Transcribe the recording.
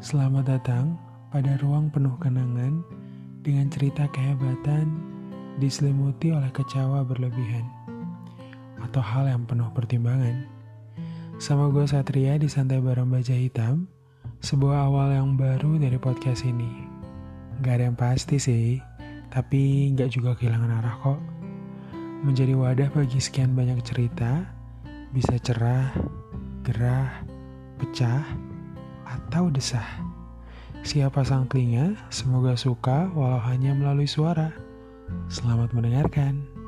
Selamat datang pada ruang penuh kenangan dengan cerita kehebatan diselimuti oleh kecewa berlebihan atau hal yang penuh pertimbangan. Sama gue Satria di Santai Bareng Baja Hitam, sebuah awal yang baru dari podcast ini. Gak ada yang pasti sih, tapi gak juga kehilangan arah kok. Menjadi wadah bagi sekian banyak cerita, bisa cerah, gerah, pecah, atau desah. Siapa sang telinga, semoga suka walau hanya melalui suara. Selamat mendengarkan.